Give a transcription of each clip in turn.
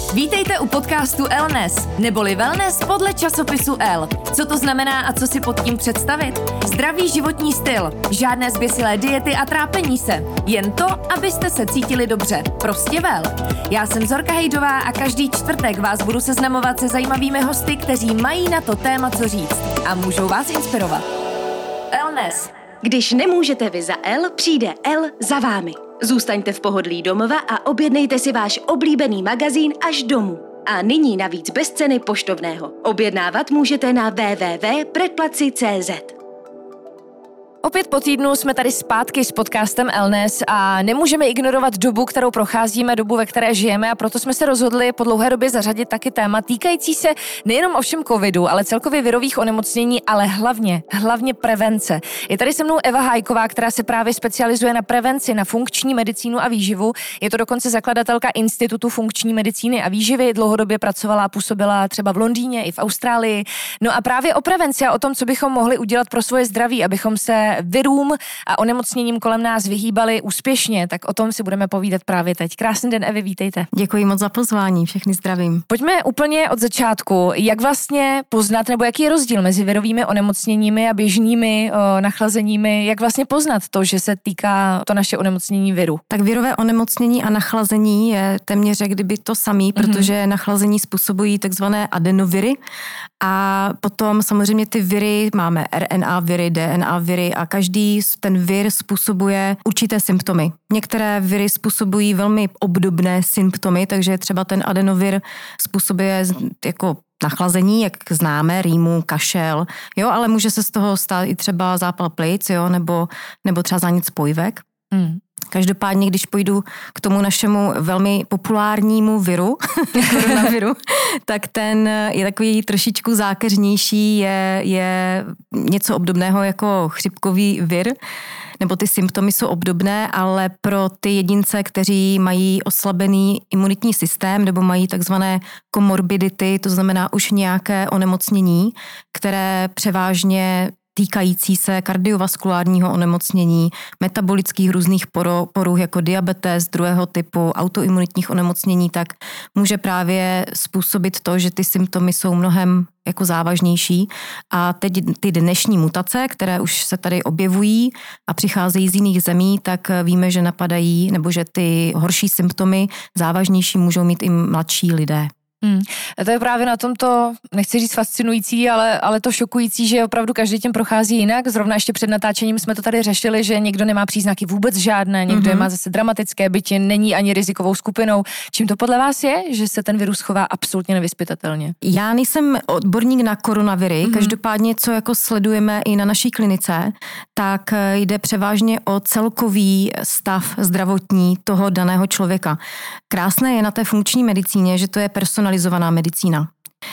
Vítejte u podcastu Elnes, neboli wellness podle časopisu Elle. Co to znamená a co si pod tím představit? Zdravý životní styl, žádné zběsilé diety a trápení se. Jen to, abyste se cítili dobře. Prostě well. Já jsem Zorka Hejdová a každý čtvrtek vás budu seznamovat se zajímavými hosty, kteří mají na to téma co říct a můžou vás inspirovat. Elnes. Když nemůžete vy za Elle, přijde Elle za vámi. Zůstaňte v pohodlí domova a objednejte si váš oblíbený magazín až domů. A nyní navíc bez ceny poštovného. Objednávat můžete na www.predplaci.cz. Opět po týdnu jsme tady zpátky s podcastem Elnes a nemůžeme ignorovat dobu, kterou procházíme, dobu, ve které žijeme, a proto jsme se rozhodli po dlouhé době zařadit taky téma týkající se nejenom ovšem covidu, ale celkově virových onemocnění, ale hlavně prevence. Je tady se mnou Eva Hájková, která se právě specializuje na prevenci, na funkční medicínu a výživu. Je to dokonce zakladatelka Institutu funkční medicíny a výživy, dlouhodobě pracovala a působila třeba v Londýně i v Austrálii. No a právě o prevenci a o tom, co bychom mohli udělat pro svoje zdraví, abychom se virům a onemocněním kolem nás vyhýbali úspěšně, tak o tom si budeme povídat právě teď. Krásný den, Evi, vítejte. Děkuji moc za pozvání, všechny zdravím. Pojďme úplně od začátku. Jak vlastně poznat, nebo jaký je rozdíl mezi virovými onemocněními a běžnými nachlazeními? Jak vlastně poznat to, že se týká to naše onemocnění viru? Tak virové onemocnění a nachlazení je téměř kdyby to samý, protože nachlazení způsobují takzvané adenoviry a potom samozřejmě ty viry máme RNA viry, DNA viry a každý ten vir způsobuje určité symptomy. Některé viry způsobují velmi obdobné symptomy, takže třeba ten adenovir způsobuje jako nachlazení, jak známe, rýmu, kašel, jo, ale může se z toho stát i třeba zápal plic, jo, nebo třeba zánět spojivek. Každopádně, když půjdu k tomu našemu velmi populárnímu viru, koronaviru, tak ten je takový trošičku zákeřnější, je něco obdobného jako chřipkový vir, nebo ty symptomy jsou obdobné, ale pro ty jedince, kteří mají oslabený imunitní systém nebo mají takzvané komorbidity, to znamená už nějaké onemocnění, které převážně týkající se kardiovaskulárního onemocnění, metabolických různých poruch jako diabetes druhého typu, autoimunitních onemocnění, tak může právě způsobit to, že ty symptomy jsou mnohem jako závažnější. A teď ty dnešní mutace, které už se tady objevují a přicházejí z jiných zemí, tak víme, že napadají, nebo že ty horší symptomy závažnější můžou mít i mladší lidé. A to je právě na tomto, nechci říct fascinující, ale to šokující, že opravdu každý tím prochází jinak. Zrovna ještě před natáčením jsme to tady řešili, že někdo nemá příznaky vůbec žádné, někdo je má zase dramatické, byť není ani rizikovou skupinou. Čím to podle vás je, že se ten virus chová absolutně nevyzpytatelně? Já nejsem odborník na koronaviry, každopádně co jako sledujeme i na naší klinice, tak jde převážně o celkový stav zdravotní toho daného člověka. Krásné je na té funkční medicíně, že to je personalizovaná medicína.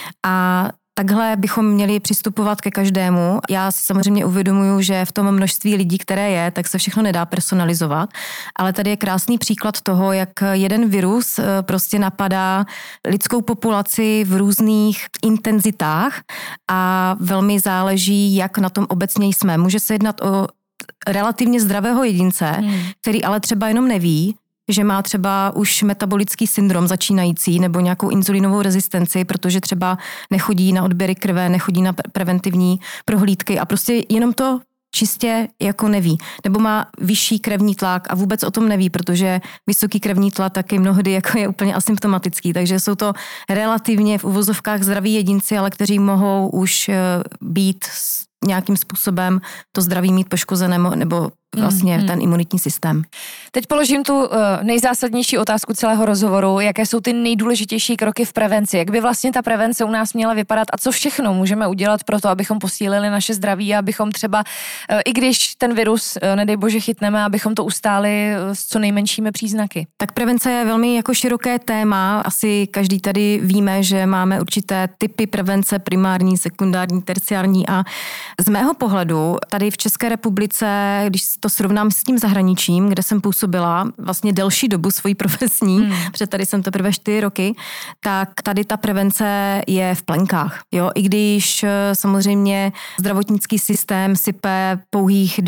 A takhle bychom měli přistupovat ke každému. Já si samozřejmě uvědomuju, že v tom množství lidí, které je, tak se všechno nedá personalizovat, ale tady je krásný příklad toho, jak jeden virus prostě napadá lidskou populaci v různých intenzitách a velmi záleží, jak na tom obecně jsme. Může se jednat o relativně zdravého jedince, který ale třeba jenom neví, že má třeba už metabolický syndrom začínající nebo nějakou inzulínovou rezistenci, protože třeba nechodí na odběry krve, nechodí na preventivní prohlídky a prostě jenom to čistě jako neví. Nebo má vyšší krevní tlak a vůbec o tom neví, protože vysoký krevní tlak taky mnohdy jako je úplně asymptomatický. Takže jsou to relativně v uvozovkách zdraví jedinci, ale kteří mohou už být nějakým způsobem to zdraví mít poškozené nebo vlastně ten imunitní systém. Teď položím tu nejzásadnější otázku celého rozhovoru. Jaké jsou ty nejdůležitější kroky v prevenci? Jak by vlastně ta prevence u nás měla vypadat a co všechno můžeme udělat pro to, abychom posílili naše zdraví a abychom třeba, i když ten virus, nedej bože, chytneme, abychom to ustáli s co nejmenšími příznaky? Tak prevence je velmi jako široké téma. Asi každý tady víme, že máme určité typy prevence, primární, sekundární, terciární a z mého pohledu tady v České republice, když to srovnám s tím zahraničím, kde jsem působila vlastně delší dobu svojí profesní, protože tady jsem teprve 4 roky, tak tady ta prevence je v plenkách. Jo? I když samozřejmě zdravotnický systém sype pouhých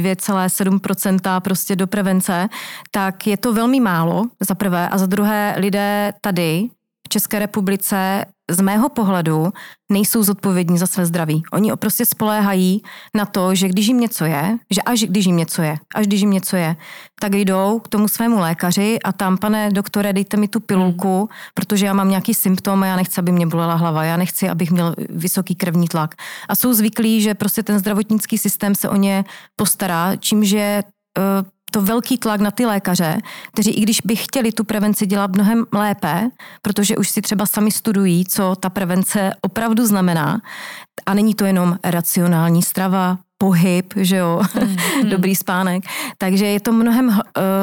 2,7% prostě do prevence, tak je to velmi málo, za prvé, a za druhé lidé tady v České republice z mého pohledu nejsou zodpovědní za své zdraví. Oni prostě spoléhají na to, že když jim něco je, až když jim něco je, tak jdou k tomu svému lékaři a tam, pane doktore, dejte mi tu pilulku, protože já mám nějaký symptom a já nechci, aby mě bolela hlava, já nechci, abych měl vysoký krevní tlak. A jsou zvyklí, že prostě ten zdravotnický systém se o ně postará, čímž je to velký tlak na ty lékaře, kteří i když by chtěli tu prevenci dělat mnohem lépe, protože už si třeba sami studují, co ta prevence opravdu znamená, a není to jenom racionální strava, pohyb, že jo, dobrý spánek, takže je to mnohem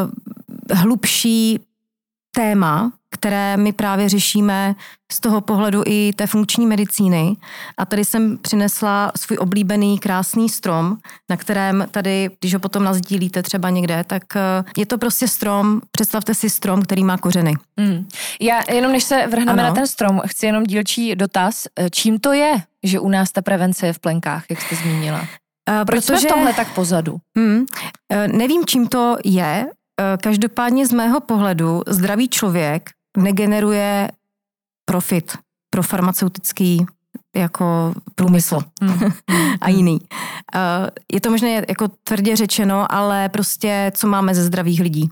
hlubší téma, které my právě řešíme z toho pohledu i té funkční medicíny. A tady jsem přinesla svůj oblíbený krásný strom, na kterém tady, když ho potom nasdílíte třeba někde, tak je to prostě strom, představte si strom, který má kořeny. Já jenom než se vrhneme na ten strom, chci jenom dílčí dotaz. Čím to je, že u nás ta prevence je v plenkách, jak jste zmínila? Proč jsme v tomhle tak pozadu? Nevím, čím to je. Každopádně z mého pohledu zdravý člověk negeneruje profit pro farmaceutický jako průmysl a jiný. Je to možná jako tvrdě řečeno, ale prostě co máme ze zdravých lidí.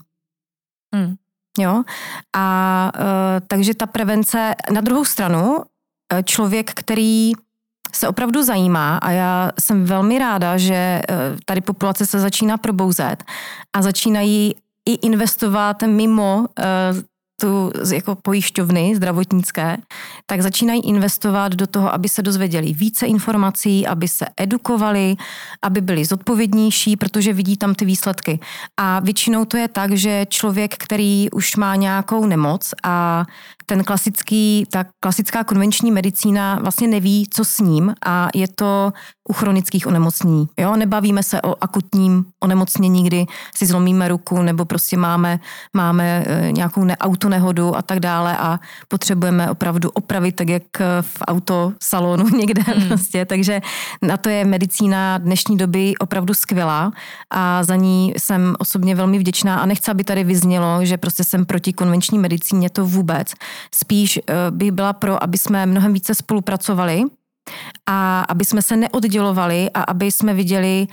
Jo? A takže ta prevence, na druhou stranu, člověk, který se opravdu zajímá a já jsem velmi ráda, že tady populace se začíná probouzet a začínají i investovat mimo tu jako pojišťovny zdravotnické, tak začínají investovat do toho, aby se dozvěděli více informací, aby se edukovali, aby byli zodpovědnější, protože vidí tam ty výsledky. A většinou to je tak, že člověk, který už má nějakou nemoc a ta klasická konvenční medicína vlastně neví, co s ním, a je to u chronických onemocnění. Jo? Nebavíme se o akutním onemocnění, kdy si zlomíme ruku nebo prostě máme nějakou autonehodu a tak dále a potřebujeme opravdu opravit tak, jak v autosalonu někde prostě. Takže na to je medicína dnešní doby opravdu skvělá a za ní jsem osobně velmi vděčná a nechci, aby tady vyznělo, že prostě jsem proti konvenční medicíně, to vůbec. Spíš bych byla pro, aby jsme mnohem více spolupracovali a aby jsme se neoddělovali a aby jsme viděli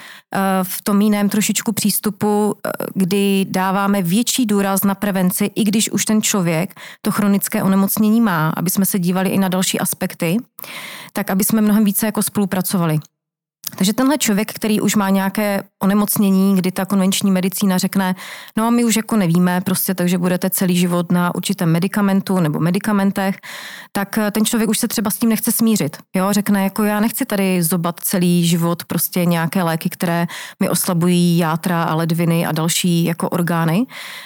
v tom jiném trošičku přístupu, kdy dáváme větší důraz na prevenci, i když už ten člověk to chronické onemocnění má, aby jsme se dívali i na další aspekty, tak aby jsme mnohem více jako spolupracovali. Takže tenhle člověk, který už má nějaké onemocnění, kdy ta konvenční medicína řekne, no a my už jako nevíme prostě, takže budete celý život na určitém medikamentu nebo medikamentech, tak ten člověk už se třeba s tím nechce smířit. Jo? Řekne, jako já nechci tady zobat celý život prostě nějaké léky, které mi oslabují játra a ledviny a další jako orgány.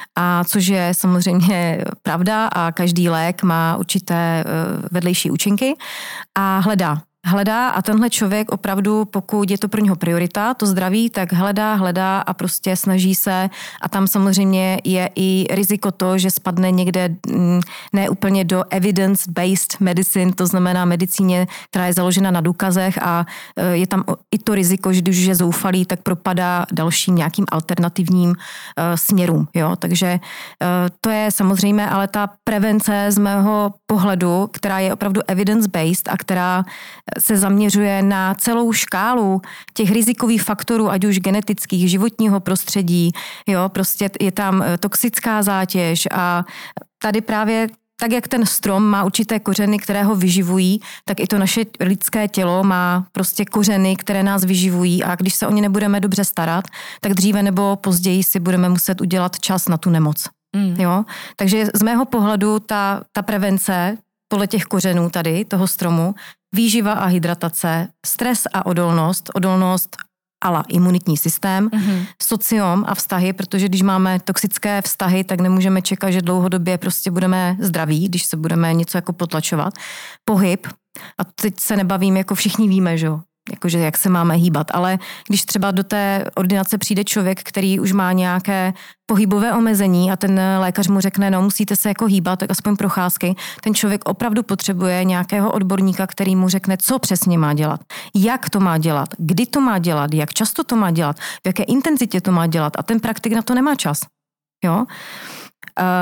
A což je samozřejmě pravda a každý lék má určité vedlejší účinky a hledá a tenhle člověk opravdu, pokud je to pro něho priorita, to zdraví, tak hledá a prostě snaží se a tam samozřejmě je i riziko to, že spadne někde ne úplně do evidence-based medicine, to znamená medicíně, která je založena na důkazech a je tam i to riziko, že když je zoufalý, tak propadá dalším nějakým alternativním směrům. Jo? Takže to je samozřejmě, ale ta prevence z mého pohledu, která je opravdu evidence-based a která se zaměřuje na celou škálu těch rizikových faktorů, ať už genetických, životního prostředí, jo, prostě je tam toxická zátěž a tady právě tak, jak ten strom má určité kořeny, které ho vyživují, tak i to naše lidské tělo má prostě kořeny, které nás vyživují a když se o ně nebudeme dobře starat, tak dříve nebo později si budeme muset udělat čas na tu nemoc. Jo? Takže z mého pohledu ta prevence podle těch kořenů tady, toho stromu, výživa a hydratace, stres a odolnost ala imunitní systém, sociom a vztahy, protože když máme toxické vztahy, tak nemůžeme čekat, že dlouhodobě prostě budeme zdraví, když se budeme něco jako potlačovat. Pohyb, a teď se nebavím, jako všichni víme, že jo, jakože jak se máme hýbat, ale když třeba do té ordinace přijde člověk, který už má nějaké pohybové omezení a ten lékař mu řekne, no musíte se jako hýbat, tak aspoň procházky, ten člověk opravdu potřebuje nějakého odborníka, který mu řekne, co přesně má dělat, jak to má dělat, kdy to má dělat, jak často to má dělat, v jaké intenzitě to má dělat a ten praktik na to nemá čas. Jo?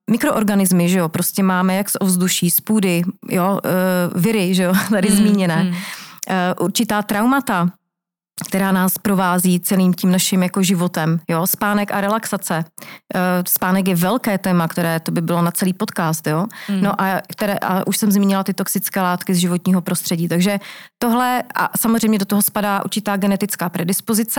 mikroorganismy, že jo, prostě máme jak z ovzduší, z půdy, jo, viry, že jo, tady zmíněné, určitá traumata, která nás provází celým tím naším jako životem, jo, spánek a relaxace. Spánek je velké téma, které to by bylo na celý podcast, jo. No a už jsem zmínila ty toxické látky z životního prostředí, takže tohle a samozřejmě do toho spadá určitá genetická predispozice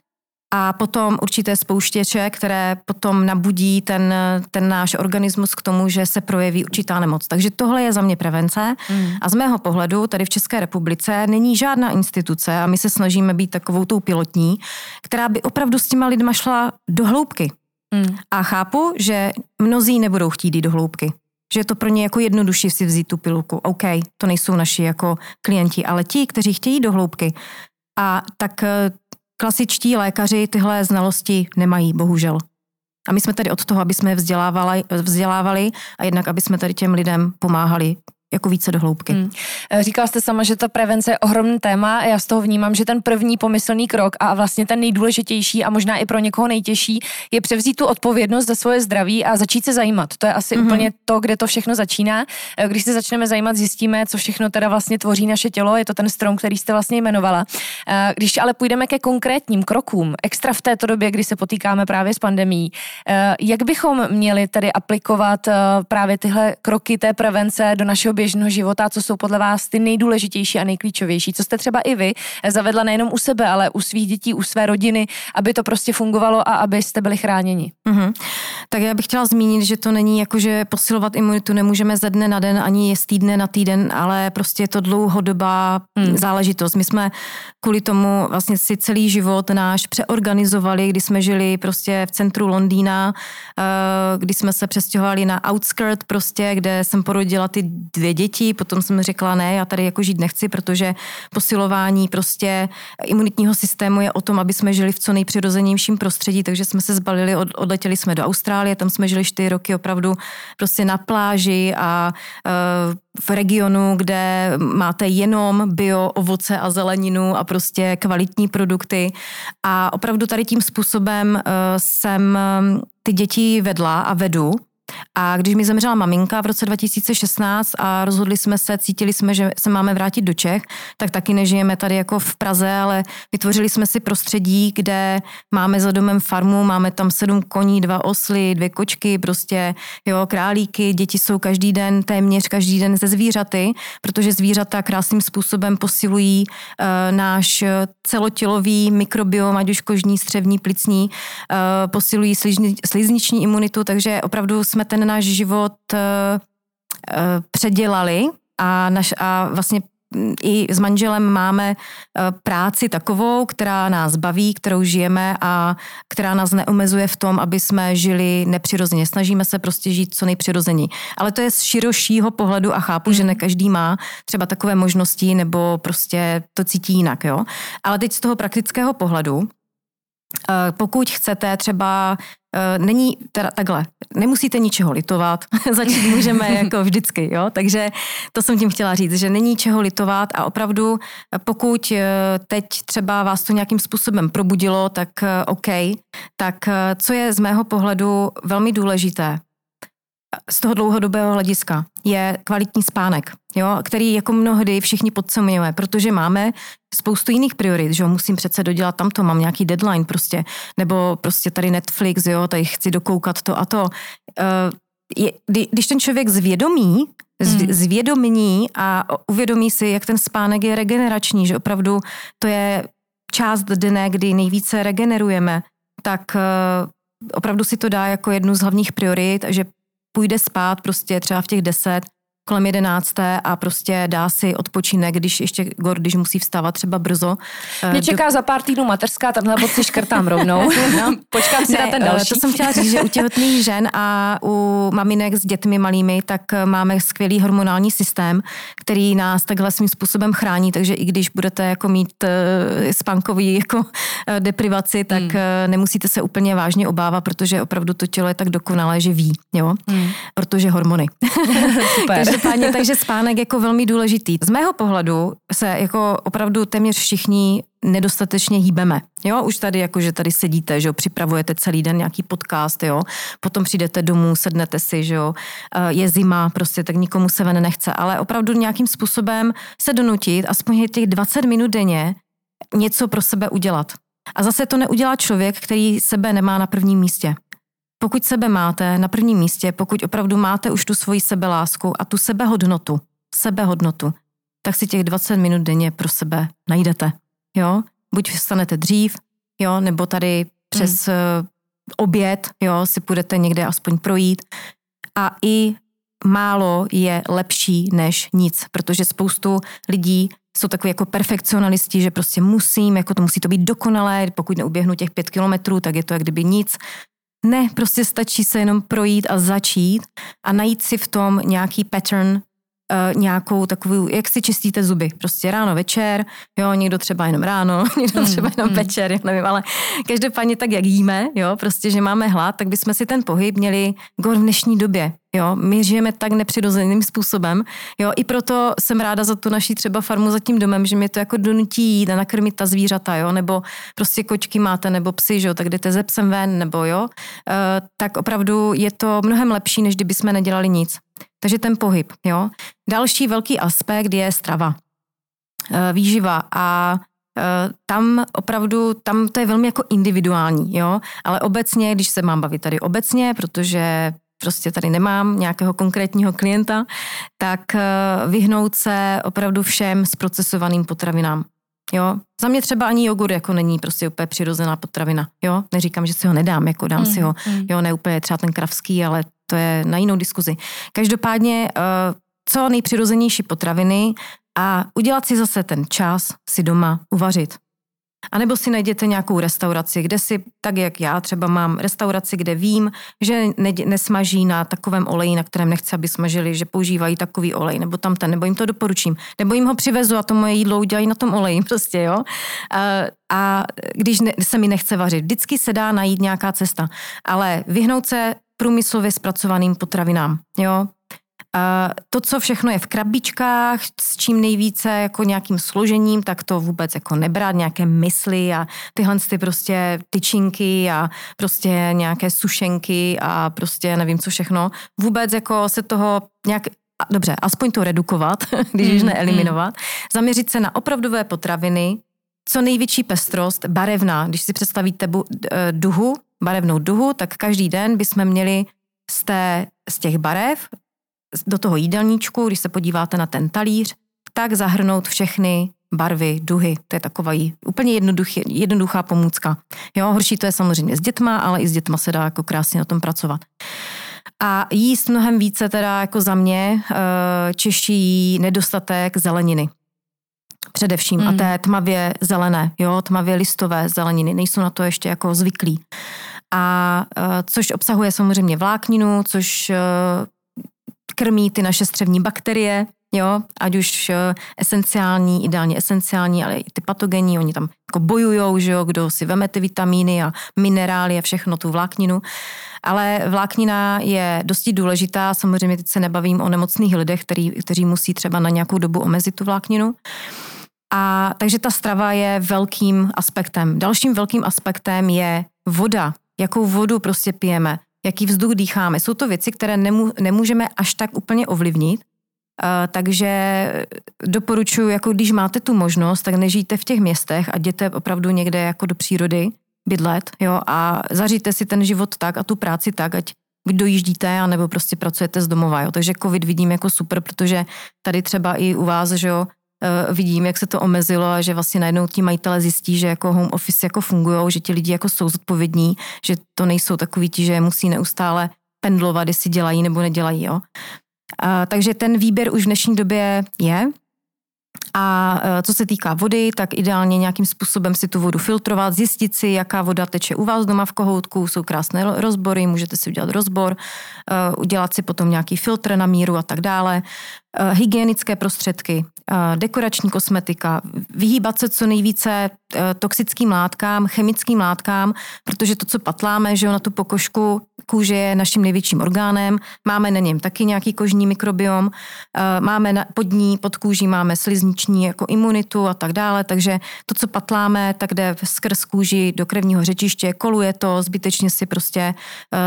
a potom určité spouštěče, které potom nabudí ten náš organismus k tomu, že se projeví určitá nemoc. Takže tohle je za mě prevence a z mého pohledu tady v České republice není žádná instituce a my se snažíme být takovou tou pilotní, která by opravdu s těma lidma šla do hloubky. A chápu, že mnozí nebudou chtít jít do hloubky. Že je to pro ně jako jednodušší si vzít tu pilulku. OK, to nejsou naši jako klienti, ale ti, kteří chtějí do hloubky. A tak klasičtí lékaři tyhle znalosti nemají, bohužel. A my jsme tady od toho, aby jsme je vzdělávali a jednak, aby jsme tady těm lidem pomáhali jako více do hloubky. Říkala jste sama, že ta prevence je ohromný téma a já z toho vnímám, že ten první pomyslný krok a vlastně ten nejdůležitější a možná i pro někoho nejtěžší je převzít tu odpovědnost za svoje zdraví a začít se zajímat. To je asi úplně to, kde to všechno začíná. Když se začneme zajímat, zjistíme, co všechno teda vlastně tvoří naše tělo, je to ten strom, který jste vlastně jmenovala. Když ale půjdeme ke konkrétním krokům, extra v této době, kdy se potýkáme právě s pandemií, jak bychom měli tedy aplikovat právě tyhle kroky té prevence do našeho běžného života, co jsou podle vás ty nejdůležitější a nejklíčovější? Co jste třeba i vy zavedla nejenom u sebe, ale u svých dětí, u své rodiny, aby to prostě fungovalo a abyste byli chráněni? Tak já bych chtěla zmínit, že to není jako, že posilovat imunitu nemůžeme ze dne na den, ani z týdne na týden, ale prostě je to dlouhodobá záležitost. My jsme kvůli tomu vlastně si celý život náš přeorganizovali, kdy jsme žili prostě v centru Londýna, kdy jsme se přestěhovali na outskirt prostě, kde jsem porodila ty 2 děti, potom jsem řekla ne, já tady jako žít nechci, protože posilování prostě imunitního systému je o tom, aby jsme žili v co nejpřirozenějším prostředí, takže jsme se zbalili, odletěli jsme do Austrálie, tam jsme žili 4 roky opravdu prostě na pláži a v regionu, kde máte jenom bio, ovoce a zeleninu a prostě kvalitní produkty a opravdu tady tím způsobem jsem ty děti vedla a vedu. A když mi zemřela maminka v roce 2016 a cítili jsme, že se máme vrátit do Čech, tak taky nežijeme tady jako v Praze, ale vytvořili jsme si prostředí, kde máme za domem farmu, máme tam 7 koní, 2 osly, 2 kočky, prostě jo, králíky, děti jsou téměř každý den ze zvířaty, protože zvířata krásným způsobem posilují náš celotělový mikrobiom, ať už kožní, střevní, plicní, posilují slizniční imunitu, takže opravdu jsme ten náš život předělali a vlastně i s manželem máme práci takovou, která nás baví, kterou žijeme a která nás neomezuje v tom, aby jsme žili nepřirozeně. Snažíme se prostě žít co nejpřirozeněji. Ale to je z širšího pohledu a chápu, že ne každý má třeba takové možnosti nebo prostě to cítí jinak, jo. Ale teď z toho praktického pohledu, pokud chcete třeba není teda takhle, nemusíte ničeho litovat, začít můžeme jako vždycky, jo, takže to jsem tím chtěla říct, že není čeho litovat a opravdu pokud teď třeba vás to nějakým způsobem probudilo, tak OK, tak co je z mého pohledu velmi důležité z toho dlouhodobého hlediska je kvalitní spánek, jo, který jako mnohdy všichni podceňujeme, protože máme spoustu jiných priorit, že jo, musím přece dodělat tamto, mám nějaký deadline prostě, nebo prostě tady Netflix, jo, tady chci dokoukat to a to. Když ten člověk zvědomí a uvědomí si, jak ten spánek je regenerační, že opravdu to je část dne, kdy nejvíce regenerujeme, tak opravdu si to dá jako jednu z hlavních priorit, že půjde spát prostě třeba v těch 10, kolem 11. a prostě dá si odpočinek, když musí vstávat třeba brzo. Mě čeká za pár týdnů mateřská, tenhle bod si škrtám rovnou. No, počkám si na ten další. To jsem chtěla říct, že u těhotných žen a u maminek s dětmi malými, tak máme skvělý hormonální systém, který nás takhle svým způsobem chrání, takže i když budete jako mít spánkový jako deprivaci, tak nemusíte se úplně vážně obávat, protože opravdu to tělo je tak dokonalé, že ví, jo? Protože hormony. Super. Každopádně, takže spánek jako velmi důležitý. Z mého pohledu se jako opravdu téměř všichni nedostatečně hýbeme. Jo, už tady jakože tady sedíte, že jo, připravujete celý den nějaký podcast, jo, potom přijdete domů, sednete si, že jo, je zima, prostě tak nikomu se ven nechce, ale opravdu nějakým způsobem se donutit aspoň těch 20 minut denně něco pro sebe udělat. A zase to neudělá člověk, který sebe nemá na prvním místě. Pokud sebe máte na prvním místě, pokud opravdu máte už tu svoji sebelásku a tu sebehodnotu, tak si těch 20 minut denně pro sebe najdete. Jo? Buď vstanete dřív, jo, nebo tady přes oběd, jo, si půjdete někde aspoň projít. A i málo je lepší než nic, protože spoustu lidí jsou takový jako perfekcionalisti, že prostě musí to být dokonalé, pokud neuběhnu těch 5 kilometrů, tak je to jak kdyby nic. Ne, prostě stačí se jenom projít a začít a najít si v tom nějaký pattern, nějakou takovou, jak si čistíte zuby. Prostě ráno, večer, jo, někdo třeba jenom ráno, někdo třeba jenom večer, já nevím, ale každopádně tak, jak jíme, jo, prostě, že máme hlad, tak bychom si ten pohyb měli v dnešní době, jo. My žijeme tak nepřirozeným způsobem, jo, i proto jsem ráda za tu naší třeba farmu za tím domem, že mě to jako donutí jít a nakrmit ta zvířata, jo, nebo prostě kočky máte, nebo psy, jo, tak jdete ze psem ven, nebo jo, tak opravdu je to mnohem lepší, než kdyby jsme nedělali nic. Takže ten pohyb, jo. Další velký aspekt je strava, výživa a tam opravdu, tam to je velmi jako individuální, jo, ale obecně, když se mám bavit tady obecně, protože prostě tady nemám nějakého konkrétního klienta, tak vyhnout se opravdu všem zprocesovaným potravinám. Jo, za mě třeba ani jogurt jako není prostě úplně přirozená potravina, jo, neříkám, že si ho nedám, jako dám si ho, jo, ne úplně třeba ten kravský, ale to je na jinou diskuzi. Každopádně co nejpřirozenější potraviny a udělat si zase ten čas si doma uvařit. A nebo si najděte nějakou restauraci, kde si, tak jak já třeba mám restauraci, kde vím, že nesmaží na takovém oleji, na kterém nechci, aby smažili, že používají takový olej, nebo tamten, nebo jim to doporučím, nebo jim ho přivezu a to moje jídlo udělají na tom oleji, prostě, jo. A když se mi nechce vařit, vždycky se dá najít nějaká cesta, ale vyhnout se průmyslově zpracovaným potravinám, jo. To, co všechno je v krabičkách, s čím nejvíce jako nějakým složením, tak to vůbec jako nebrát, nějaké mysli a tyhle ty prostě tyčinky a prostě nějaké sušenky a prostě nevím co všechno. Vůbec jako se toho nějak, dobře, aspoň to redukovat, když už neeliminovat. Zaměřit se na opravdové potraviny, co největší pestrost, barevná. Když si představíte barevnou duhu, tak každý den bychom měli z těch barev do toho jídelníčku, když se podíváte na ten talíř, tak zahrnout všechny barvy, duhy. To je taková úplně jednoduchá pomůcka. Jo, horší to je samozřejmě s dětma, ale i s dětma se dá jako krásně na tom pracovat. A jíst mnohem více teda jako za mě Češi jí nedostatek zeleniny. Především. A té tmavě zelené, jo, tmavě listové zeleniny. Nejsou na to ještě jako zvyklí. A což obsahuje samozřejmě vlákninu, což krmí ty naše střevní bakterie, jo, ať už esenciální, ideálně esenciální, ale i ty patogenní, oni tam jako bojujou, že jo, kdo si veme ty vitamíny a minerály a všechno tu vlákninu. Ale vláknina je dosti důležitá, samozřejmě teď se nebavím o nemocných lidech, kteří musí třeba na nějakou dobu omezit tu vlákninu. A takže ta strava je velkým aspektem. Dalším velkým aspektem je voda. Jakou vodu prostě pijeme, jaký vzduch dýcháme. Jsou to věci, které nemůžeme až tak úplně ovlivnit, takže doporučuji, jako když máte tu možnost, tak nežijte v těch městech a jděte opravdu někde jako do přírody bydlet, jo, a zaříte si ten život tak a tu práci tak, ať dojíždíte, anebo prostě pracujete z domova, jo. Takže covid vidím jako super, protože tady třeba i u vás, že jo, vidím, jak se to omezilo a že vlastně najednou ti majitele zjistí, že jako home office jako fungujou, že ti lidi jako jsou zodpovědní, že to nejsou takový ti, že musí neustále pendlovat, jestli dělají nebo nedělají, jo. Takže ten výběr už v dnešní době je A co se týká vody, tak ideálně nějakým způsobem si tu vodu filtrovat, zjistit si, jaká voda teče u vás doma v kohoutku, jsou krásné rozbory, můžete si udělat rozbor, udělat si potom nějaký filtr na míru a tak dále. Hygienické prostředky, dekorační kosmetika, vyhýbat se co nejvíce toxickým látkám, chemickým látkám, protože to, co patláme, že na tu pokožku, kůže je naším největším orgánem, máme na něm taky nějaký kožní mikrobiom, máme pod kůží máme slizniční jako imunitu a tak dále, takže to, co patláme, tak jde skrz kůži do krevního řečiště, koluje to, zbytečně si prostě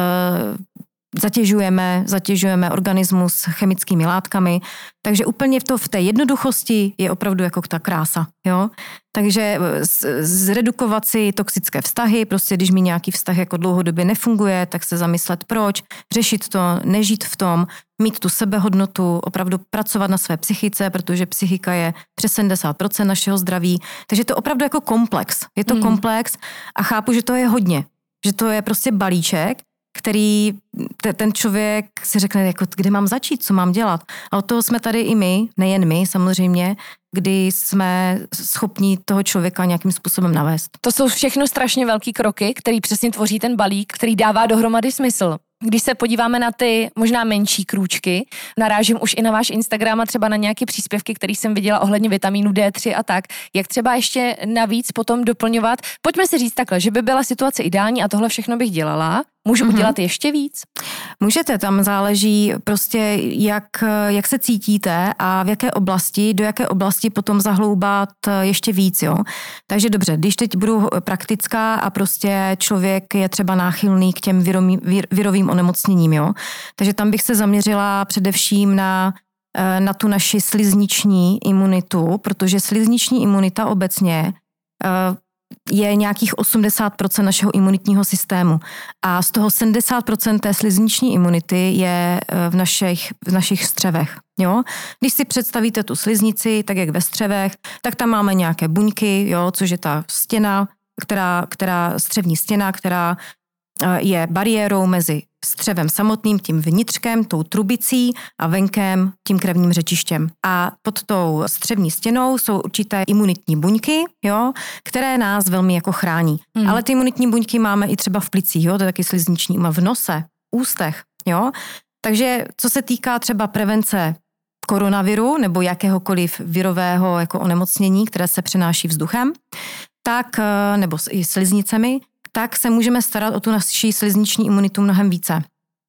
zatěžujeme organismus chemickými látkami, takže úplně v té jednoduchosti je opravdu jako ta krása, jo. Takže zredukovat si toxické vztahy, prostě když mi nějaký vztah jako dlouhodobě nefunguje, tak se zamyslet proč, řešit to, nežít v tom, mít tu sebehodnotu, opravdu pracovat na své psychice, protože psychika je přes 70% našeho zdraví, takže to opravdu jako komplex, je to komplex a chápu, že to je hodně, že to je prostě balíček, který ten člověk si řekne, jako, kde mám začít, co mám dělat. A od toho jsme tady i my, nejen my samozřejmě, kdy jsme schopni toho člověka nějakým způsobem navést. To jsou všechno strašně velký kroky, který přesně tvoří ten balík, který dává dohromady smysl. Když se podíváme na ty možná menší krůčky, narážím už i na váš Instagram a třeba na nějaké příspěvky, které jsem viděla ohledně vitamínu D3 a tak, jak třeba ještě navíc potom doplňovat. Pojďme si říct takhle, že by byla situace ideální a tohle všechno bych dělala. Můžu udělat ještě víc? Můžete, tam záleží prostě, jak se cítíte a v jaké oblasti, do jaké oblasti potom zahloubat ještě víc, jo. Takže dobře, když teď budu praktická a prostě člověk je třeba náchylný k těm virovým onemocněním, jo. Takže tam bych se zaměřila především na tu naši slizniční imunitu, protože slizniční imunita obecně je nějakých 80% našeho imunitního systému. A z toho 70% té slizniční imunity je v našich střevech. Jo? Když si představíte tu sliznici, tak jak ve střevech, tak tam máme nějaké buňky, jo? Což je ta stěna, střevní stěna, která je bariérou mezi střevem samotným, tím vnitřkem, tou trubicí a venkem, tím krevním řečištěm. A pod tou střevní stěnou jsou určité imunitní buňky, jo, které nás velmi jako chrání. Ale ty imunitní buňky máme i třeba v plicích, jo, to je taky slizniční, v nose, ústech, jo. Takže co se týká třeba prevence koronaviru nebo jakéhokoliv virového jako onemocnění, které se přenáší vzduchem, tak, nebo i sliznicemi, tak se můžeme starat o tu naši slizniční imunitu mnohem více.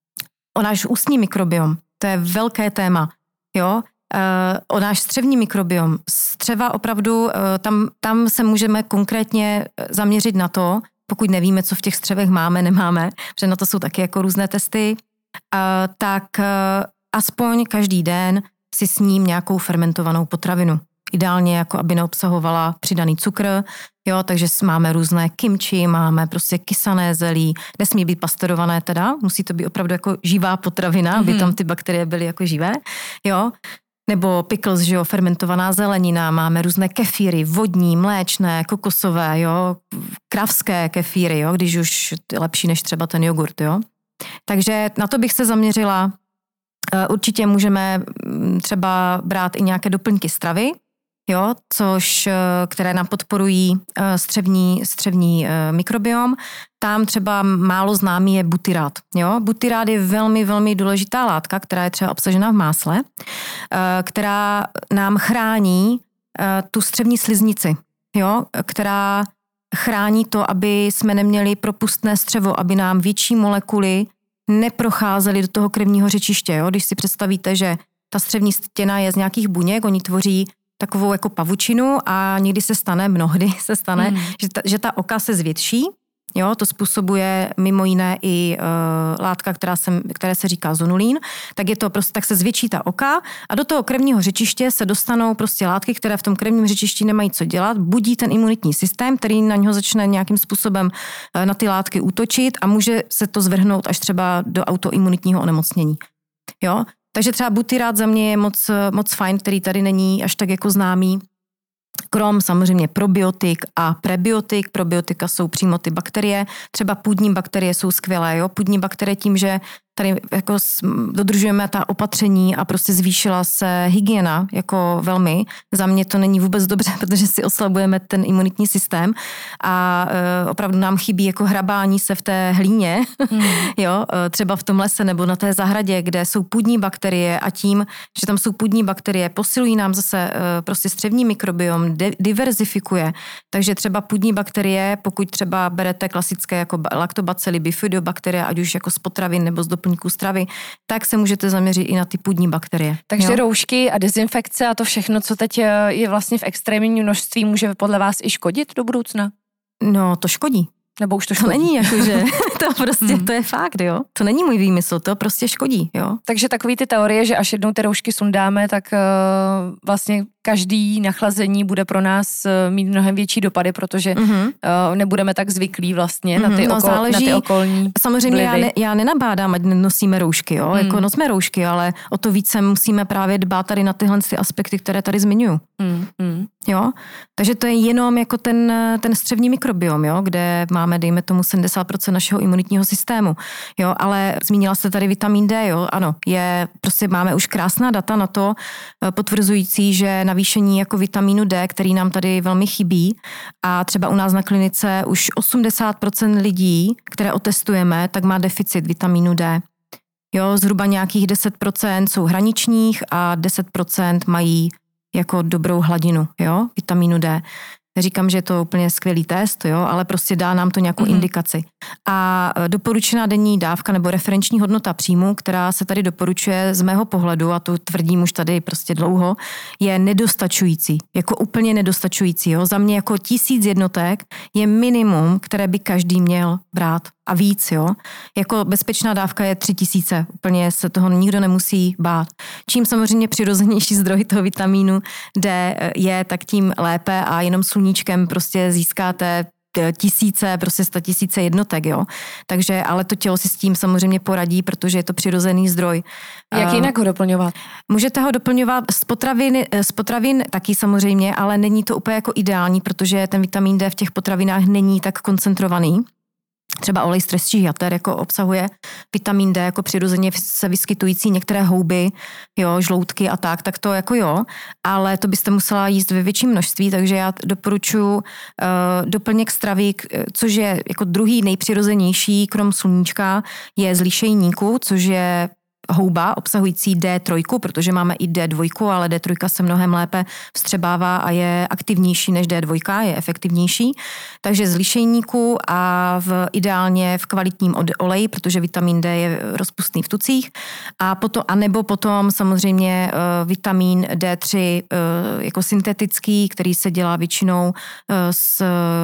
O náš ústní mikrobiom, to je velké téma, jo. O náš střevní mikrobiom. Střeva opravdu, tam se můžeme konkrétně zaměřit na to, pokud nevíme, co v těch střevech máme, nemáme, protože na to jsou taky jako různé testy, tak aspoň každý den si sním nějakou fermentovanou potravinu. Ideálně jako aby neobsahovala přidaný cukr, jo, takže máme různé kimchi, máme prostě kysané zelí, nesmí být pastørované teda, musí to být opravdu jako živá potravina, aby tam ty bakterie byly jako živé, jo. Nebo pickles, že jo, fermentovaná zelenina, máme různé kefíry, vodní, mléčné, kokosové, jo, kravské kefíry, jo, když už lepší než třeba ten jogurt, jo. Takže na to bych se zaměřila. Určitě můžeme třeba brát i nějaké doplňky stravy, jo, které nám podporují střevní mikrobiom. Tam třeba málo známý je butyrát. Jo? Butyrát je velmi, velmi důležitá látka, která je třeba obsažena v másle, která nám chrání tu střevní sliznici, jo? Která chrání to, aby jsme neměli propustné střevo, aby nám větší molekuly neprocházely do toho krevního řečiště. Jo? Když si představíte, že ta střevní stěna je z nějakých buněk, oni tvoří takovou jako pavučinu a někdy mnohdy se stane, že ta oka se zvětší, jo, to způsobuje mimo jiné i látka, které se říká zonulín, tak je to prostě, tak se zvětší ta oka a do toho krevního řečiště se dostanou prostě látky, které v tom krevním řečišti nemají co dělat, budí ten imunitní systém, který na něho začne nějakým způsobem na ty látky útočit a může se to zvrhnout až třeba do autoimunitního onemocnění. Jo? Takže třeba butyrát za mě je moc fajn, který tady není až tak jako známý. Krom samozřejmě probiotik a prebiotik. Probiotika jsou přímo ty bakterie. Třeba půdní bakterie jsou skvělé. Jo? Půdní bakterie tím, že tady jako dodržujeme ta opatření a prostě zvýšila se hygiena jako velmi. Za mě to není vůbec dobře, protože si oslabujeme ten imunitní systém a opravdu nám chybí jako hrabání se v té hlíně, jo, třeba v tom lese nebo na té zahradě, kde jsou půdní bakterie a tím, že tam jsou půdní bakterie, posilují nám zase prostě střevní mikrobiom, diverzifikuje. Takže třeba půdní bakterie, pokud třeba berete klasické jako laktobacily, bifidobakterie, ať už jako z potravin nebo z doplňků stravy, tak se můžete zaměřit i na ty půdní bakterie. Takže roušky a dezinfekce a to všechno, co teď je vlastně v extrémním množství, může podle vás i škodit do budoucna? No, to škodí. Nebo už to škodí? To není jakože, to prostě, to je fakt, jo. To není můj výmysl, to prostě škodí, jo. Takže takový ty teorie, že až jednou ty roušky sundáme, tak vlastně každý nachlazení bude pro nás mít mnohem větší dopady, protože nebudeme tak zvyklí vlastně na ty okolní samozřejmě já nenabádám, ať nosíme roušky, jo. Jako nosíme roušky, ale o to více musíme právě dbát tady na tyhle ty aspekty, které tady zmiňuju. Jo. Takže to je jenom jako ten střevní mikrobiom, jo, kde máme, dejme tomu, 70% našeho imunitního systému. Jo, ale zmínila jste tady vitamin D, jo, ano, prostě máme už krásná data na to, potvrzující, že navýšení jako vitamínu D, který nám tady velmi chybí a třeba u nás na klinice už 80% lidí, které otestujeme, tak má deficit vitamínu D. Jo, zhruba nějakých 10% jsou hraničních a 10% mají jako dobrou hladinu, jo, vitamínu D. Neříkám, že je to úplně skvělý test, jo, ale prostě dá nám to nějakou indikaci. A doporučená denní dávka nebo referenční hodnota příjmu, která se tady doporučuje z mého pohledu, a to tvrdím už tady prostě dlouho, je nedostačující. Jako úplně nedostačující. Jo. Za mě jako 1000 jednotek je minimum, které by každý měl brát. A víc, jo. Jako bezpečná dávka je 3000. Úplně se toho nikdo nemusí bát. Čím samozřejmě přirozenější zdroj toho vitamínu D je, tak tím lépe a jenom sluníčkem prostě získáte tisíce, prostě 100 000 jednotek, jo. Takže, ale to tělo si s tím samozřejmě poradí, protože je to přirozený zdroj. Jak jinak ho doplňovat? Můžete ho doplňovat z potravin taky samozřejmě, ale není to úplně jako ideální, protože ten vitamin D v těch potravinách není tak koncentrovaný. Třeba olej z trestčích jater jako obsahuje vitamin D jako přirozeně se vyskytující některé houby, jo, žloutky a tak to jako jo, ale to byste musela jíst ve větším množství, takže já doporučuji doplněk stravy, což je jako druhý nejpřirozenější krom sluníčka, je z lišejníku, což je houba obsahující D3, protože máme i D2, ale D3 se mnohem lépe vstřebává a je aktivnější než D2, je efektivnější. Takže z lišejníku a ideálně v kvalitním oleji, protože vitamin D je rozpustný v tucích. A nebo potom samozřejmě vitamin D3 jako syntetický, který se dělá většinou z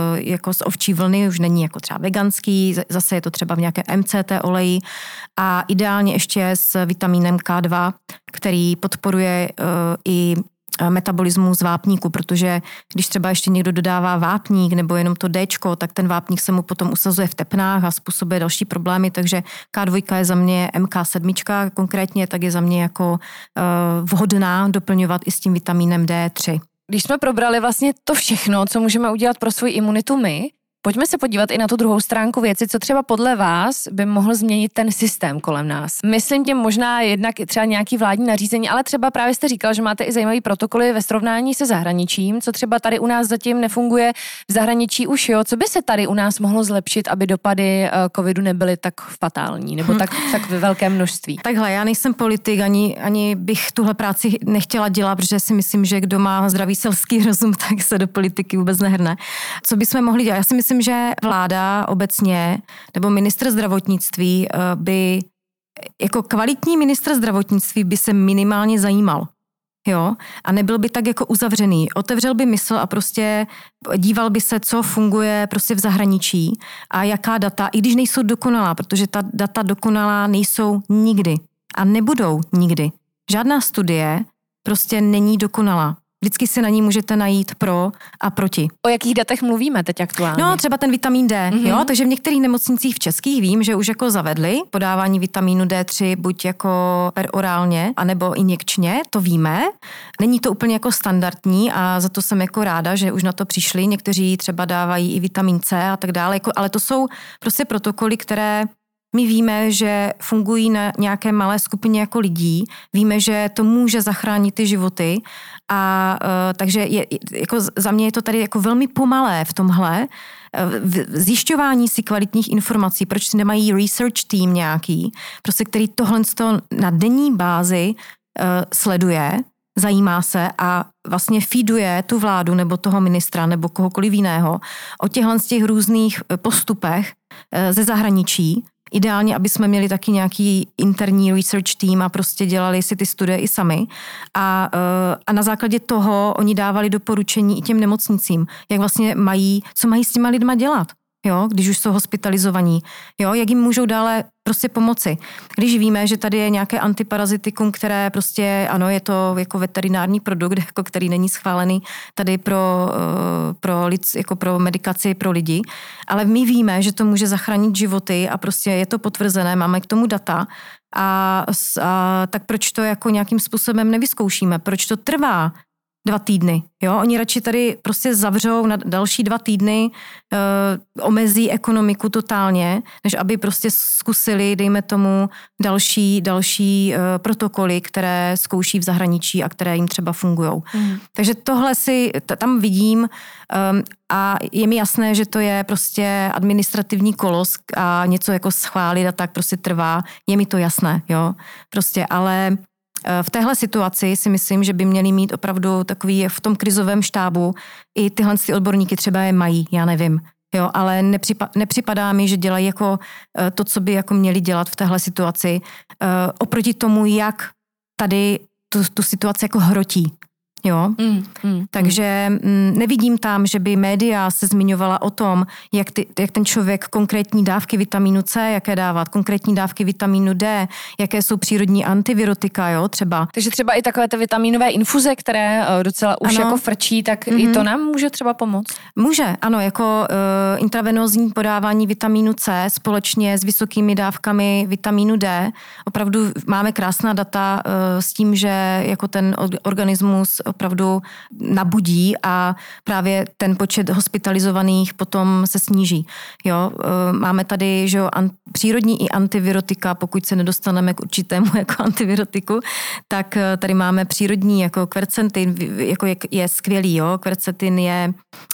ovčí vlny, už není jako třeba veganský, zase je to třeba v nějaké MCT oleji a ideálně ještě s vitamínem K2, který podporuje i metabolismus vápníku, protože když třeba ještě někdo dodává vápník nebo jenom to Dčko, tak ten vápník se mu potom usazuje v tepnách a způsobuje další problémy, takže K2 je za mě MK7 konkrétně, tak je za mě jako vhodná doplňovat i s tím vitamínem D3. Když jsme probrali vlastně to všechno, co můžeme udělat pro svou imunitu my, pojďme se podívat i na tu druhou stránku věci, co třeba podle vás by mohl změnit ten systém kolem nás. Myslím tím možná jednak třeba nějaký vládní nařízení, ale třeba právě jste říkal, že máte i zajímavý protokoly ve srovnání se zahraničím, co třeba tady u nás zatím nefunguje, v zahraničí už jo. Co by se tady u nás mohlo zlepšit, aby dopady covidu nebyly tak fatální nebo tak ve velkém množství? Takhle, já nejsem politik, ani bych tuhle práci nechtěla dělat, protože si myslím, že kdo má zdravý selský rozum, tak se do politiky vůbec nehrne. Co bychom mohli dělat? Já si myslím, že vláda obecně nebo ministr zdravotnictví by, jako kvalitní ministr zdravotnictví by se minimálně zajímal. Jo? A nebyl by tak jako uzavřený. Otevřel by mysl a prostě díval by se, co funguje prostě v zahraničí a jaká data, i když nejsou dokonalá, protože ta data dokonalá nejsou nikdy a nebudou nikdy. Žádná studie prostě není dokonalá. Vždycky si na ní můžete najít pro a proti. O jakých datech mluvíme teď aktuálně? No, třeba ten vitamin D, jo, takže v některých nemocnicích v českých vím, že už jako zavedli podávání vitamínu D3 buď jako perorálně, anebo injekčně, to víme. Není to úplně jako standardní a za to jsem jako ráda, že už na to přišli. Někteří třeba dávají i vitamin C a tak dále, jako, ale to jsou prostě protokoly, které My víme, že fungují na nějaké malé skupině jako lidí, víme, že to může zachránit ty životy a takže jako za mě je to tady jako velmi pomalé v tomhle zjišťování si kvalitních informací, proč si nemají research tým nějaký, prostě který tohle na denní bázi sleduje, zajímá se a vlastně feeduje tu vládu nebo toho ministra nebo kohokoliv jiného o těchhle z těch různých postupech ze zahraničí. Ideálně, aby jsme měli taky nějaký interní research tým a prostě dělali si ty studie i sami. A na základě toho oni dávali doporučení i těm nemocnicím, jak vlastně co mají s těma lidma dělat. Jo, když už jsou hospitalizovaní, jo, jak jim můžou dále prostě pomoci. Když víme, že tady je nějaké antiparazitikum, které prostě, ano, je to jako veterinární produkt, jako který není schválený tady pro medikaci pro lidi, ale my víme, že to může zachránit životy a prostě je to potvrzené, máme k tomu data a tak proč to jako nějakým způsobem nevyzkoušíme? Proč to trvá 2 týdny, jo? Oni radši tady prostě zavřou na další 2 týdny, omezí ekonomiku totálně, než aby prostě zkusili, dejme tomu, další protokoly, které zkouší v zahraničí a které jim třeba fungujou. Takže tohle si tam vidím a je mi jasné, že to je prostě administrativní kolos a něco jako schválit a tak prostě trvá. Je mi to jasné, jo? Prostě, ale v téhle situaci si myslím, že by měli mít opravdu takový v tom krizovém štábu i tyhle odborníky třeba je mají, já nevím. Jo, ale nepřipadá mi, že dělají jako to, co by jako měli dělat v téhle situaci oproti tomu, jak tady tu situaci jako hrotí. Jo? Takže nevidím tam, že by média se zmiňovala o tom, jak ten člověk konkrétní dávky vitamínu C, jaké dávat, konkrétní dávky vitamínu D, jaké jsou přírodní antivirotika, jo, třeba. Takže třeba i takové ty vitaminové infuze, které docela už jako frčí, tak i to nám může třeba pomoct? Může, ano, jako intravenózní podávání vitamínu C společně s vysokými dávkami vitamínu D. Opravdu máme krásná data s tím, že jako ten organismus opravdu nabudí a právě ten počet hospitalizovaných potom se sníží. Jo, máme tady, že jo, přírodní i antivirotika, pokud se nedostaneme k určitému jako antivirotiku, tak tady máme přírodní jako kvercetin, jako je skvělý, jo, kvercetin je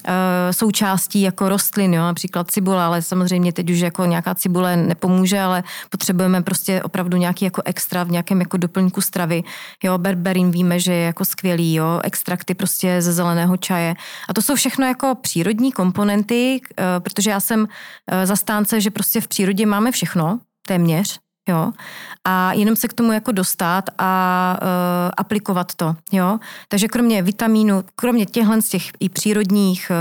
součástí jako rostlin, jo, například cibule, ale samozřejmě teď už jako nějaká cibule nepomůže, ale potřebujeme prostě opravdu nějaký jako extra v nějakém jako doplňku stravy, jo, berberin víme, že je jako skvělý, jo, extrakty prostě ze zeleného čaje. A to jsou všechno jako přírodní komponenty, protože já jsem zastánce, že prostě v přírodě máme všechno, téměř, jo. A jenom se k tomu jako dostat a aplikovat to, jo. Takže kromě vitamínu, kromě těchhle z těch i přírodních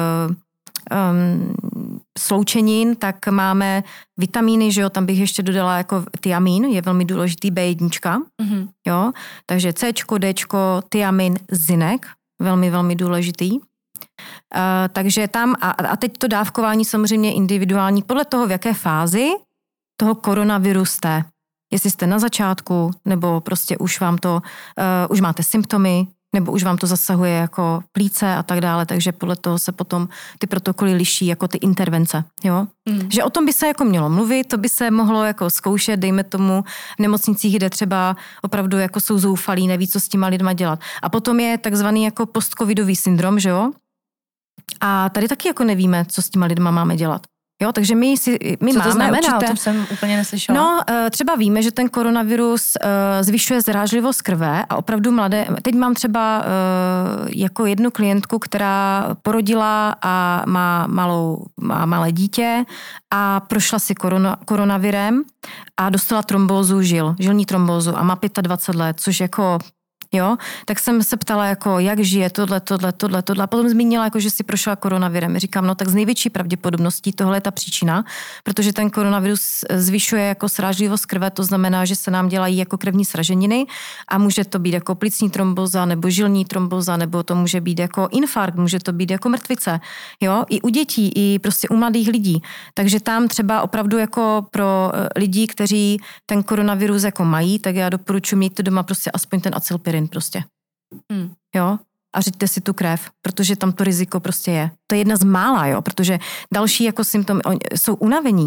sloučenin, tak máme vitamíny, že jo, tam bych ještě dodala jako tiamin, je velmi důležitý B1, jo, takže Cčko, Dčko, tiamin, zinek, velmi, velmi důležitý. Takže tam, a teď to dávkování samozřejmě individuální, podle toho, v jaké fázi toho koronaviru jste. Jestli jste na začátku, nebo prostě už vám to, už máte symptomy, nebo už vám to zasahuje jako plíce a tak dále, takže podle toho se potom ty protokoly liší jako ty intervence, jo. Že o tom by se jako mělo mluvit, to by se mohlo jako zkoušet, dejme tomu v nemocnicích, kde třeba opravdu jako jsou zoufalí, neví, co s těma lidma dělat. A potom je takzvaný jako postcovidový syndrom, že jo. A tady taky jako nevíme, co s těma lidma máme dělat. Jo, takže my co máme to znamená? určité... O tom jsem úplně neslyšela. No, třeba víme, že ten koronavirus zvyšuje zrážlivost krve a opravdu mladé... Teď mám třeba jako jednu klientku, která porodila a má malé dítě a prošla si koronavirem a dostala trombózu žilní trombózu a má 25 let, což jako... Jo, tak jsem se ptala, jako, jak žije tohle. A potom zmínila, jako, že si prošla koronavirem. Říkám, no tak z největší pravděpodobností tohle je ta příčina, protože ten koronavirus zvyšuje jako srážlivost krve, to znamená, že se nám dělají jako krevní sraženiny a může to být jako plicní tromboza nebo žilní tromboza, nebo to může být jako infarkt, může to být jako mrtvice. Jo, i u dětí, i prostě u mladých lidí. Takže tam třeba opravdu jako pro lidi, kteří ten koronavirus jako mají, tak já doporučuji mít to doma prostě aspoň ten acylpirin prostě. Jo? A řiďte si tu krev, protože tam to riziko prostě je. To je jedna z mála, jo? Protože další jako symptomy jsou unavení.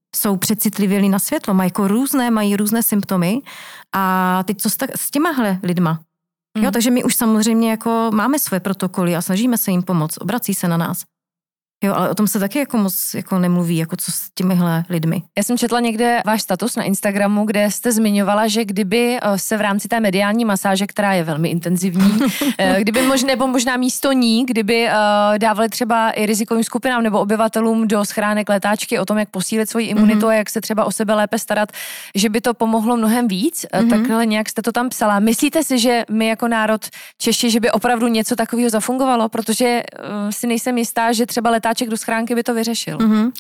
jsou přecitlivělí na světlo, mají různé symptomy a teď co s těmahle lidma? Jo, takže my už samozřejmě jako máme svoje protokoly a snažíme se jim pomoct, obrací se na nás. Jo, ale o tom se taky jako moc jako nemluví, jako co s těmihle lidmi. Já jsem četla někde váš status na Instagramu, kde jste zmiňovala, že kdyby se v rámci té mediální masáže, která je velmi intenzivní, kdyby možná místo ní, kdyby dávali třeba i rizikovým skupinám nebo obyvatelům do schránek letáčky o tom, jak posílit svoji imunitu a jak se třeba o sebe lépe starat, že by to pomohlo mnohem víc, takhle nějak jste to tam psala. Myslíte si, že my jako národ Češi, že by opravdu něco takového zafungovalo, protože si nejsem jistá, že třeba letáček do schránky by to vyřešil.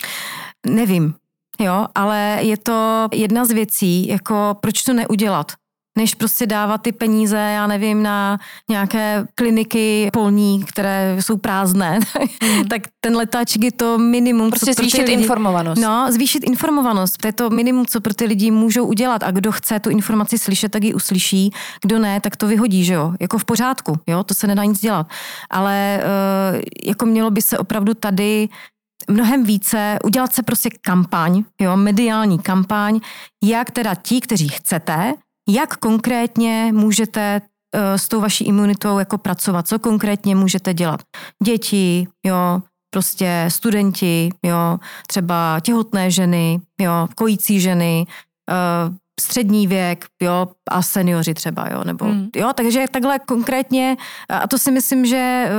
Nevím, jo, ale je to jedna z věcí, jako proč to neudělat, než prostě dávat ty peníze, já nevím, na nějaké kliniky polní, které jsou prázdné, tak ten letáček je to minimum. Prostě zvýšit informovanost. No, zvýšit informovanost, to je to minimum, co pro ty lidi můžou udělat a kdo chce tu informaci slyšet, tak ji uslyší, kdo ne, tak to vyhodí, že jo, jako v pořádku, jo, to se nedá nic dělat, ale jako mělo by se opravdu tady mnohem více, udělat se prostě kampaň, jo, mediální kampaň, jak teda ti, kteří chcete, jak konkrétně můžete s tou vaší imunitou jako pracovat, co konkrétně můžete dělat. Děti, jo, prostě studenti, jo, třeba těhotné ženy, jo, kojící ženy, střední věk, jo, a seniori třeba, jo, nebo, jo, takže takhle konkrétně, a to si myslím, že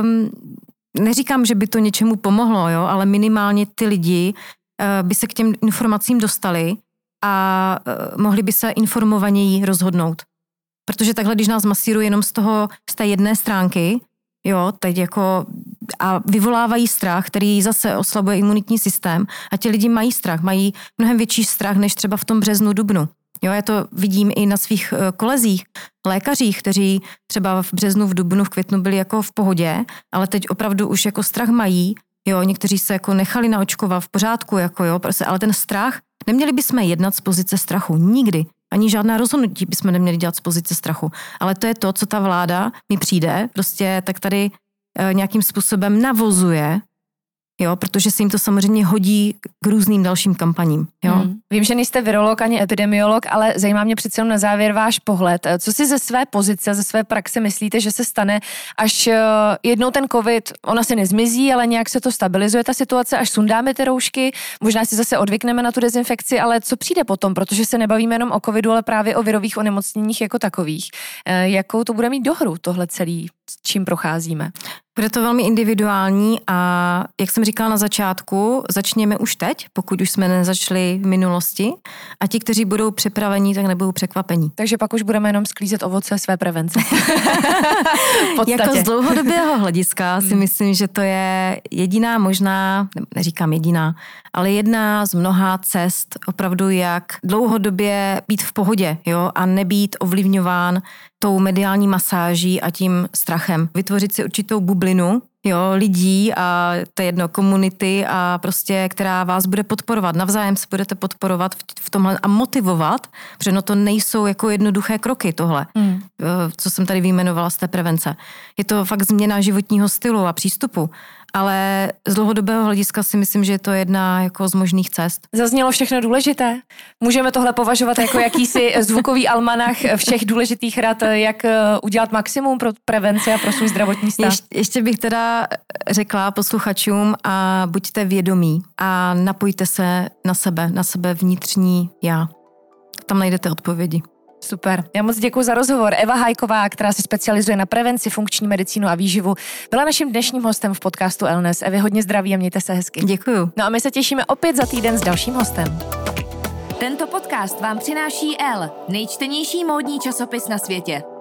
neříkám, že by to něčemu pomohlo, jo, ale minimálně ty lidi by se k těm informacím dostali a mohli by se informovaněji rozhodnout. Protože takhle, když nás masírují jenom z té jedné stránky, jo, teď jako a vyvolávají strach, který zase oslabuje imunitní systém a ti lidi mají strach, mají mnohem větší strach, než třeba v tom březnu, dubnu. Jo, já to vidím i na svých kolezích, lékařích, kteří třeba v březnu, v dubnu, v květnu byli jako v pohodě, ale teď opravdu už jako strach mají, jo, někteří se jako nechali naočkovat v pořádku, jako jo, prostě, ale ten strach, neměli bychom jednat z pozice strachu, nikdy. Ani žádná rozhodnutí bychom neměli dělat z pozice strachu. Ale to je to, co ta vláda mi přijde, prostě tak tady nějakým způsobem navozuje, jo, protože se jim to samozřejmě hodí k různým dalším kampaním. Jo. Vím, že nejste virolog ani epidemiolog, ale zajímá mě přece jenom na závěr váš pohled. Co si ze své pozice, ze své praxe myslíte, že se stane, až jednou ten covid, ona se nezmizí, ale nějak se to stabilizuje ta situace, až sundáme ty roušky, možná si zase odvykneme na tu dezinfekci, ale co přijde potom, protože se nebavíme jenom o covidu, ale právě o virových onemocněních jako takových. Jakou to bude mít dohru tohle celý, s čím procházíme? Bude to velmi individuální a jak jsem říkala na začátku, začněme už teď, pokud už jsme nezačali v minulosti a ti, kteří budou připraveni, tak nebudou překvapení. Takže pak už budeme jenom sklízet ovoce své prevence. Jako z dlouhodobého hlediska si myslím, že to je jediná možná, neříkám jediná, ale jedna z mnoha cest opravdu, jak dlouhodobě být v pohodě, jo, a nebýt ovlivňován tou mediální masáží a tím strachem. Vytvořit si určitou bublinu, jo, lidí a to je jedno, komunity a prostě, která vás bude podporovat. Navzájem se budete podporovat v tomhle a motivovat, protože no to nejsou jako jednoduché kroky tohle, co jsem tady vyjmenovala z té prevence. Je to fakt změna životního stylu a přístupu. Ale z dlouhodobého hlediska si myslím, že je to jedna jako z možných cest. Zaznělo všechno důležité. Můžeme tohle považovat jako jakýsi zvukový almanach všech důležitých rad, jak udělat maximum pro prevenci a pro svůj zdravotní stav. Ještě bych teda řekla posluchačům a buďte vědomí a napojte se na sebe vnitřní já. Tam najdete odpovědi. Super. Já moc děkuji za rozhovor. Eva Hajková, která se specializuje na prevenci, funkční medicínu a výživu, byla naším dnešním hostem v podcastu Wellness. Evi, hodně zdraví a mějte se hezky. Děkuju. No a my se těšíme opět za týden s dalším hostem. Tento podcast vám přináší Elle, nejčtenější módní časopis na světě.